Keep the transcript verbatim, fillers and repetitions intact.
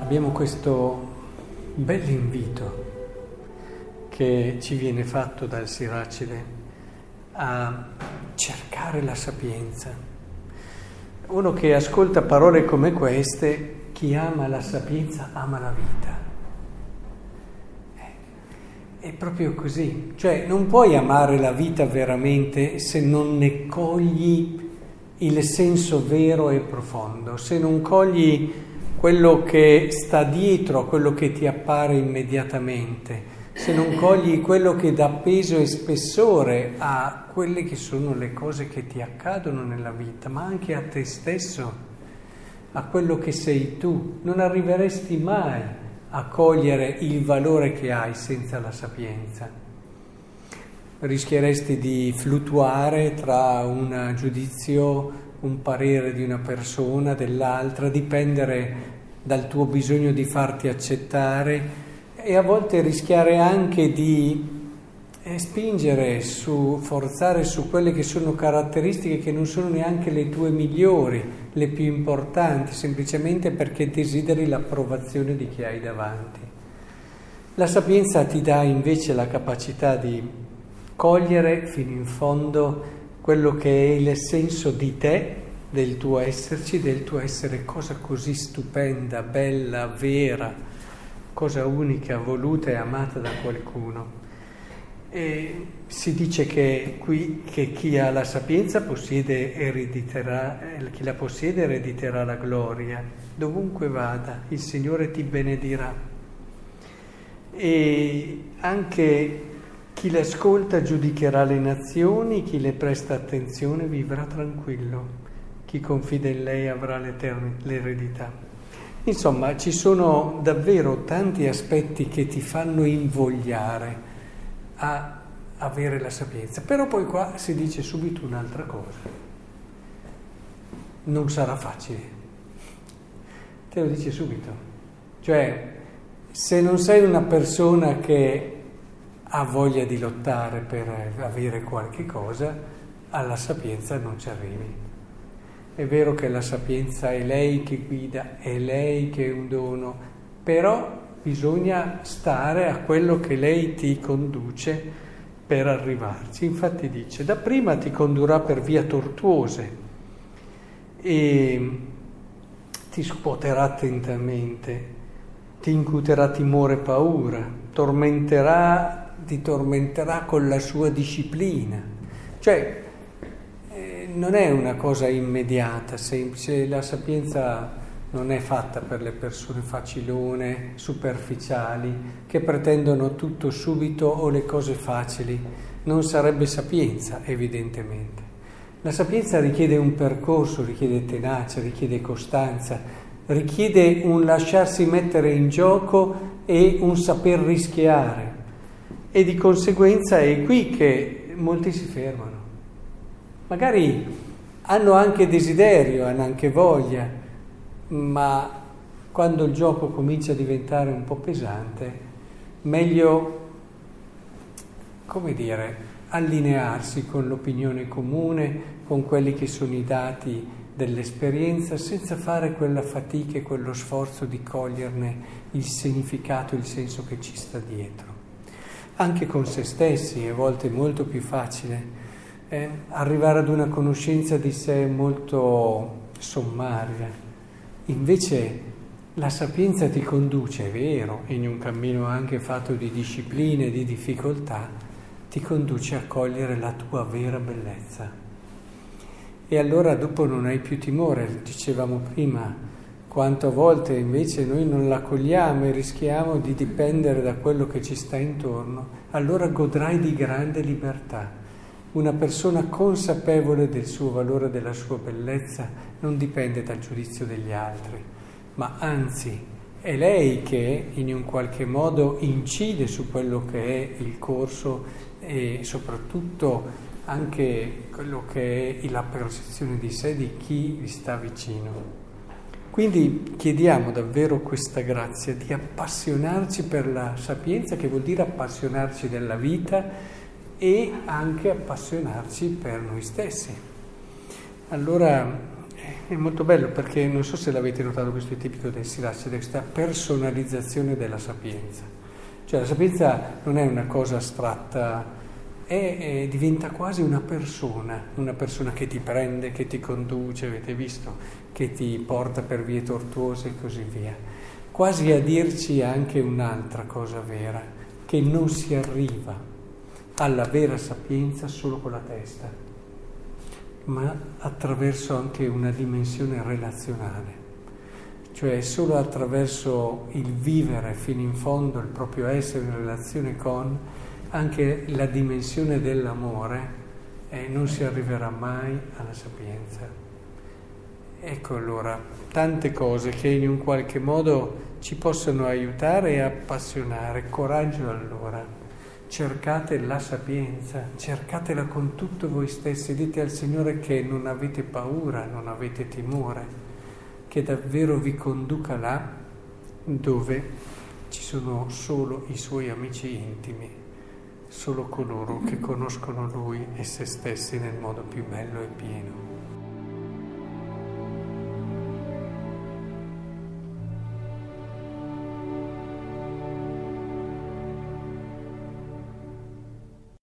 abbiamo questo bell'invito che ci viene fatto dal Siracide a cercare la sapienza. Uno che ascolta parole come queste, chi ama la sapienza ama la vita. È proprio così, cioè non puoi amare la vita veramente se non ne cogli il senso vero e profondo, se non cogli quello che sta dietro a quello che ti appare immediatamente, se non cogli quello che dà peso e spessore a quelle che sono le cose che ti accadono nella vita, ma anche a te stesso, a quello che sei tu, non arriveresti mai a cogliere il valore che hai senza la sapienza. Rischieresti di fluttuare tra un giudizio, un parere di una persona, dell'altra, dipendere dal tuo bisogno di farti accettare e a volte rischiare anche di eh, spingere su, forzare su quelle che sono caratteristiche che non sono neanche le tue migliori, le più importanti, semplicemente perché desideri l'approvazione di chi hai davanti. La sapienza ti dà invece la capacità di cogliere fino in fondo quello che è il senso di te, del tuo esserci, del tuo essere cosa così stupenda, bella, vera, cosa unica, voluta e amata da qualcuno. E si dice che qui che chi ha la sapienza possiede erediterà, chi la possiede erediterà la gloria, dovunque vada, il Signore ti benedirà. E anche chi l'ascolta giudicherà le nazioni, chi le presta attenzione vivrà tranquillo, chi confida in lei avrà l'eredità. Insomma, ci sono davvero tanti aspetti che ti fanno invogliare a avere la sapienza. Però poi qua si dice subito un'altra cosa. Non sarà facile. Te lo dice subito. Cioè, se non sei una persona che ha voglia di lottare per avere qualche cosa, alla sapienza non ci arrivi. È vero che la sapienza è lei che guida, è lei che è un dono, però bisogna stare a quello che lei ti conduce per arrivarci. Infatti dice, dapprima ti condurrà per vie tortuose e ti scuoterà attentamente, ti incuterà timore e paura, tormenterà, ti tormenterà con la sua disciplina. Cioè, eh, non è una cosa immediata, semplice. La sapienza non è fatta per le persone facilone, superficiali, che pretendono tutto subito o le cose facili. Non sarebbe sapienza, evidentemente. La sapienza richiede un percorso, richiede tenacia, richiede costanza, richiede un lasciarsi mettere in gioco e un saper rischiare. E di conseguenza è qui che molti si fermano. Magari hanno anche desiderio, hanno anche voglia, ma quando il gioco comincia a diventare un po' pesante, meglio, come dire, allinearsi con l'opinione comune, con quelli che sono i dati dell'esperienza, senza fare quella fatica e quello sforzo di coglierne il significato, il senso che ci sta dietro. Anche con se stessi, a volte è molto più facile eh, arrivare ad una conoscenza di sé molto sommaria. Invece la sapienza ti conduce, è vero, in un cammino anche fatto di discipline e di difficoltà, ti conduce a cogliere la tua vera bellezza. E allora dopo non hai più timore, dicevamo prima, quanto a volte invece noi non la cogliamo e rischiamo di dipendere da quello che ci sta intorno, allora godrai di grande libertà. Una persona consapevole del suo valore, della sua bellezza, non dipende dal giudizio degli altri, ma anzi è lei che in un qualche modo incide su quello che è il corso e soprattutto anche quello che è la percezione di sé di chi vi sta vicino. Quindi chiediamo davvero questa grazia di appassionarci per la sapienza, che vuol dire appassionarci della vita e anche appassionarci per noi stessi. Allora è molto bello perché non so se l'avete notato, questo è tipico del Siracide, questa personalizzazione della sapienza. Cioè la sapienza non è una cosa astratta, è, è, diventa quasi una persona, una persona che ti prende, che ti conduce, avete visto, che ti porta per vie tortuose e così via. Quasi a dirci anche un'altra cosa vera, che non si arriva alla vera sapienza solo con la testa, ma attraverso anche una dimensione relazionale, cioè solo attraverso il vivere fino in fondo il proprio essere in relazione con anche la dimensione dell'amore, eh, non si arriverà mai alla sapienza. Ecco allora tante cose che in un qualche modo ci possono aiutare e appassionare. Coraggio allora. Cercate la sapienza, cercatela con tutto voi stessi, dite al Signore che non avete paura, non avete timore, che davvero vi conduca là dove ci sono solo i suoi amici intimi, solo coloro che conoscono Lui e se stessi nel modo più bello e pieno.